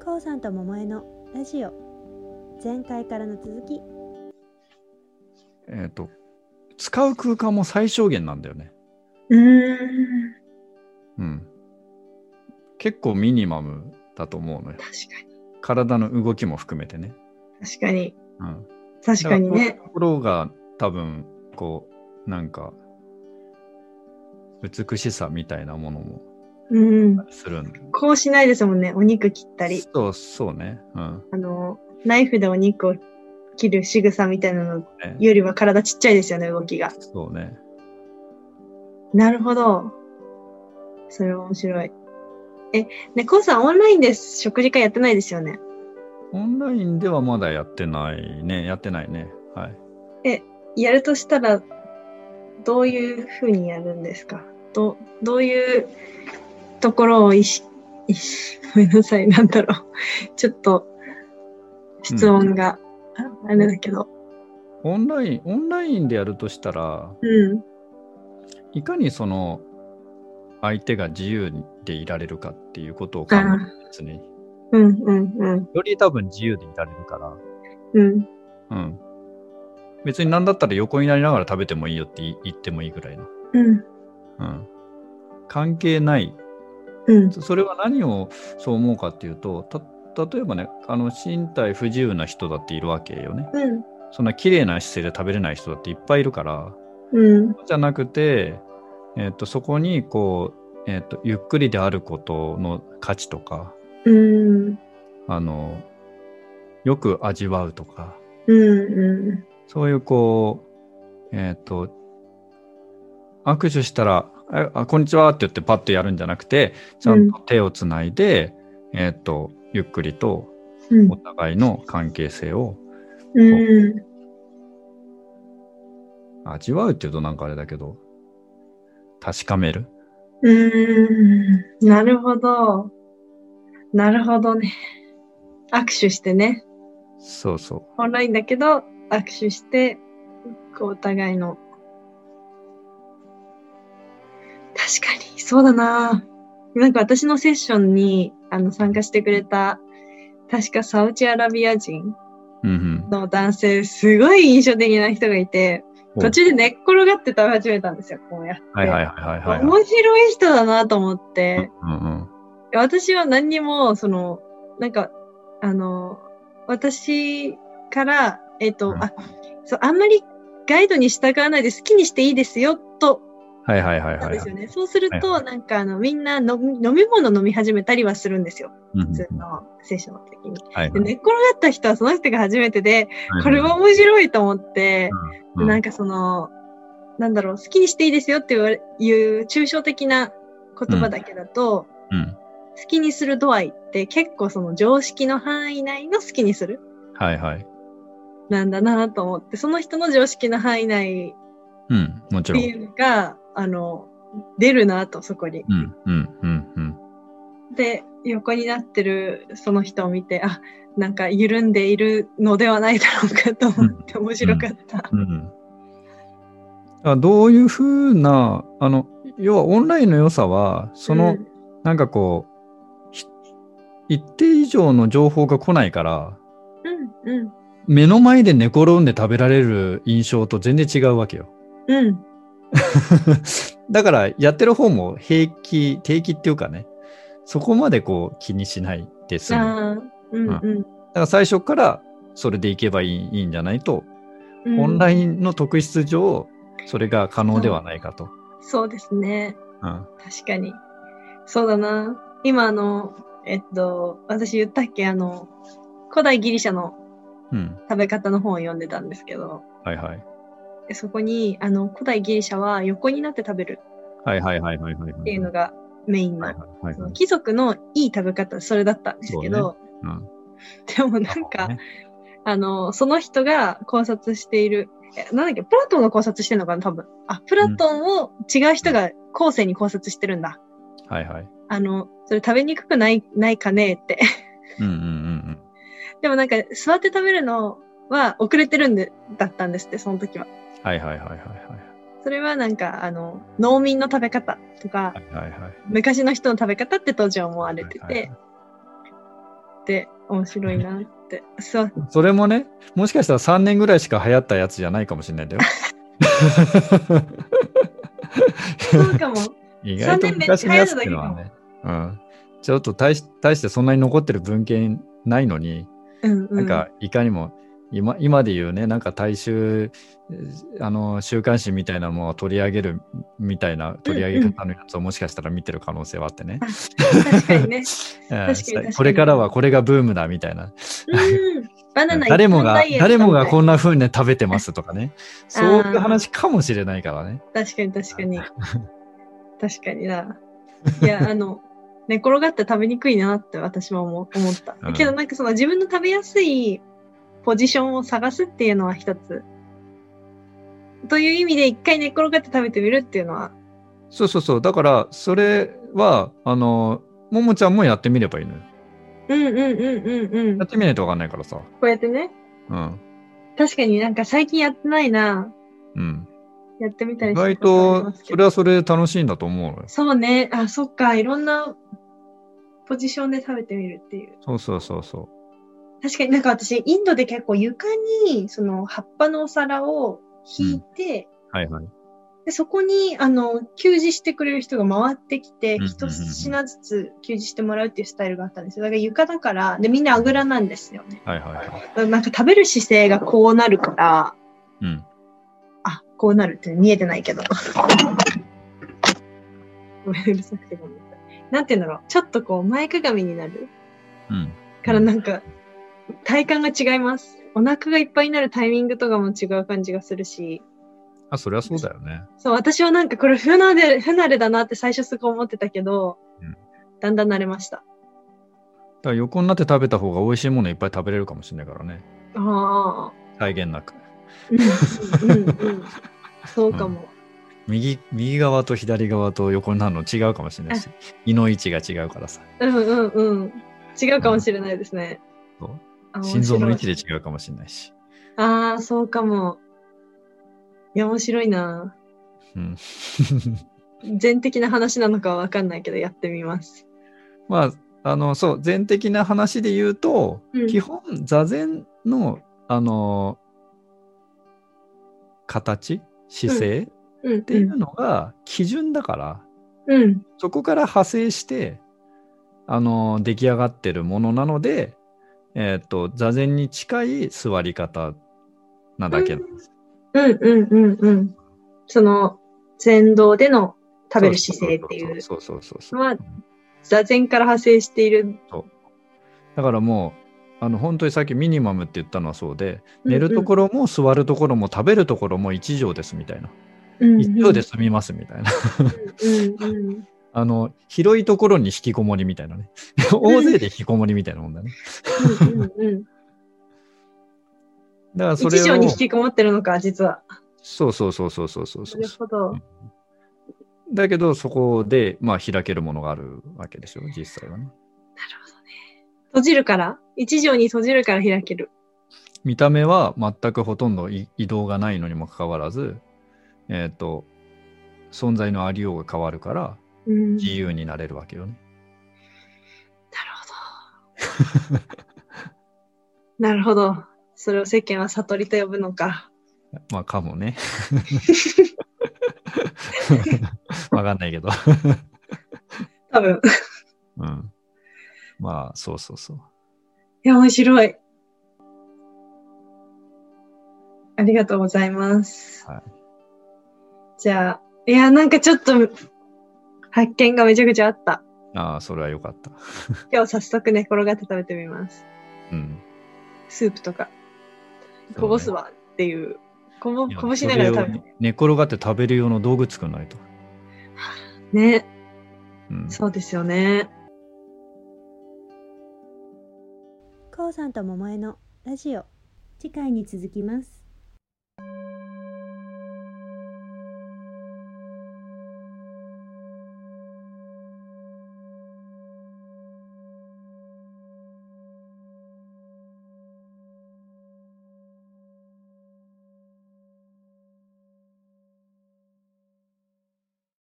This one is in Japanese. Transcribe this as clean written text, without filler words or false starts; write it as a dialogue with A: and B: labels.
A: こうさんと桃江のラジオ、前回からの続き。
B: 使う空間も最小限なんだよね。結構ミニマムだと思うのよ。
C: 確かに。
B: 体の動きも含めてね。
C: 確かに。確かにね。
B: ところが多分こうなんか美しさみたいなものもするんだ。
C: こうしないですもんね。お肉切ったり。
B: そうね。
C: ナイフでお肉を切る仕草みたいなのよりは体ちっちゃいですよね、動きが。
B: そうね。
C: なるほど。それは面白い。ね、コウさんオンラインで食事会やってないですよね。
B: オンラインではまだやってないね。はい。
C: やるとしたら、どういうふうにやるんですか？どういうところをごめんなさい、なんだろう。ちょっと、質問が、あれだけど。
B: オンラインでやるとしたら、いかにその相手が自由でいられるかっていうことを考えるんですね。より多分自由でいられるから、別に何だったら横になりながら食べてもいいよって言ってもいいぐらいの。関係ない。それは何をそう思うかっていうと、例えばね、身体不自由な人だっているわけよね。そんな綺麗な姿勢で食べれない人だっていっぱいいるから、じゃなくて、そこにこう、ゆっくりであることの価値とか、よく味わうとか、そういうこう、握手したらこんにちはって言ってパッとやるんじゃなくて、ちゃんと手をつないで、ゆっくりとお互いの関係性を、味わうっていうとなんかあれだけど、確かめる。
C: なるほど。なるほどね。握手してね。
B: そうそう。
C: オンラインだけど、握手して、こうお互いの。確かに、そうだな。なんか私のセッションに参加してくれた、確かサウジアラビア人の男性、すごい印象的な人がいて、途中で寝っ転がって食べ始めたんですよ、こうやって。面白い人だなと思って。私は何にも、なんか、私から、あんまりガイドに従わないで好きにしていいですよ、と。そうすると、なんかみんな飲み物飲み始めたりはするんですよ。普通のセッションの時に。で寝っ転がった人はその人が初めてで、これは面白いと思って、なんかなんだろう、好きにしていいですよっていう抽象的な言葉だけだと、好きにする度合いって結構その常識の範囲内の好きにする。なんだなと思って、その人の常識の範囲内っていうのが、出るなと、そこに。で、横になってるその人を見て、なんか緩んでいるのではないだろうかと思って面白かった。
B: どういうふうな、要はオンラインの良さは、なんかこう、一定以上の情報が来ないから、目の前で寝転んで食べられる印象と全然違うわけよ。だからやってる方も平気っていうかね、そこまでこう気にしないで済む。だから最初からそれでいけばいいんじゃないと、オンラインの特質上それが可能ではないかと。
C: そうですね。確かに。そうだな。今私言ったっけ、古代ギリシャの食べ方の本を読んでたんですけど、そこに古代ギリシャは横になって食べるっていうのがメインの貴族のいい食べ方、それだったんですけど、でもなんか、その人が考察している、なんだっけ、プラトンが考察してるのかな、多分。プラトンを違う人が後世に考察してるんだ。それ食べにくくないかねって。でもなんか、座って食べるのは遅れてるだったんですって、その時は。それはなんか、農民の食べ方とか、昔の人の食べ方って当時は思われてて、 って面白いなって。
B: それもね、もしかしたら3年ぐらいしか流行ったやつじゃないかもしれないんだよ。
C: そうかも。
B: 意外と昔のやつっていうのはね、ちょっと大してそんなに残ってる文献ないのに、なんかいかにも今で言うね、なんか大衆週刊誌みたいなものを取り上げるみたいな取り上げ方のやつをもしかしたら見てる可能性はあってね。
C: 確かにね。確かに
B: これからはこれがブームだみたいな。
C: バナナ
B: 誰もがこんな風に食べてますとかね。そういう話かもしれないからね。
C: 確かに。確かにな。いや、寝転がって食べにくいなって私も思った。けどなんかその自分の食べやすいポジションを探すっていうのは一つ。という意味で一回寝転がって食べてみるっていうのは。
B: そう。だから、それは、ももちゃんもやってみればいいのよ。やってみないとわかんないからさ。こ
C: うやってね。確かになんか最近やってないな。やってみたり
B: して意外と、それはそれで楽しいんだと思うのよ。
C: そうね。そっか。いろんなポジションで食べてみるっていう。
B: そう。
C: 確かになんか私、インドで結構床に、その葉っぱのお皿を引いて、でそこに、給仕してくれる人が回ってきて、一品ずつ給仕してもらうっていうスタイルがあったんですよ。だから床だから、で、みんなあぐらなんですよね。なんか食べる姿勢がこうなるから、こうなるって見えてないけど。ごめん、うるさくてごめんなさい。なんて言うんだろう。ちょっとこう、前かがみになる。からなんか、体感が違います。お腹がいっぱいになるタイミングとかも違う感じがするし。
B: そりゃそうだよね。
C: そう、私はなんかこれ不慣れだなって最初すごい思ってたけど、だんだん慣れました。だ
B: から横になって食べた方が美味しいものいっぱい食べれるかもしれないからね。際限なく。
C: そうかも。
B: 右側と左側と横になるの違うかもしれないし、胃の位置が違うからさ。
C: 違うかもしれないですね。
B: 心臓の位置で違うかもしれないし。
C: そうかも。いや、面白いな。全的な話なのかはわかんないけど、やってみます。
B: そう、全的な話で言うと、基本、座禅の、形、姿勢っていうのが基準だから、そこから派生して、出来上がってるものなので、座禅に近い座り方なだけなんです。
C: その、禅道での食べる姿勢っていう。座禅から派生している。
B: だからもう、本当にさっきミニマムって言ったのはそうで、寝るところも座るところも食べるところも一畳ですみたいな。一畳で済みますみたいな。広いところに引きこもりみたいなね。大勢で引きこもりみたいなもんだね。だからそれを
C: 一畳に引きこもってるのか、実は。
B: そう。なる
C: ほど。
B: だけど、そこで、開けるものがあるわけですよ、実際はね。
C: なるほどね。閉じるから一畳に閉じるから開ける。
B: 見た目は全くほとんど移動がないのにもかかわらず、存在のありようが変わるから、自由になれるわけよね。
C: なるほど。なるほど。それを世間は悟りと呼ぶのか。
B: かもね。わかんないけど。
C: 多分。
B: そう。
C: いや、面白い。ありがとうございます。じゃあ、いや、なんかちょっと、発見がめちゃくちゃあった。
B: それはよかった。
C: 今日早速寝転がって食べてみます。スープとか、こぼすわっていう、こぼしながら食べて。
B: 寝転がって食べる用の道具作んないと。
C: ね。そうですよね。
A: こうさんと桃江のラジオ、次回に続きます。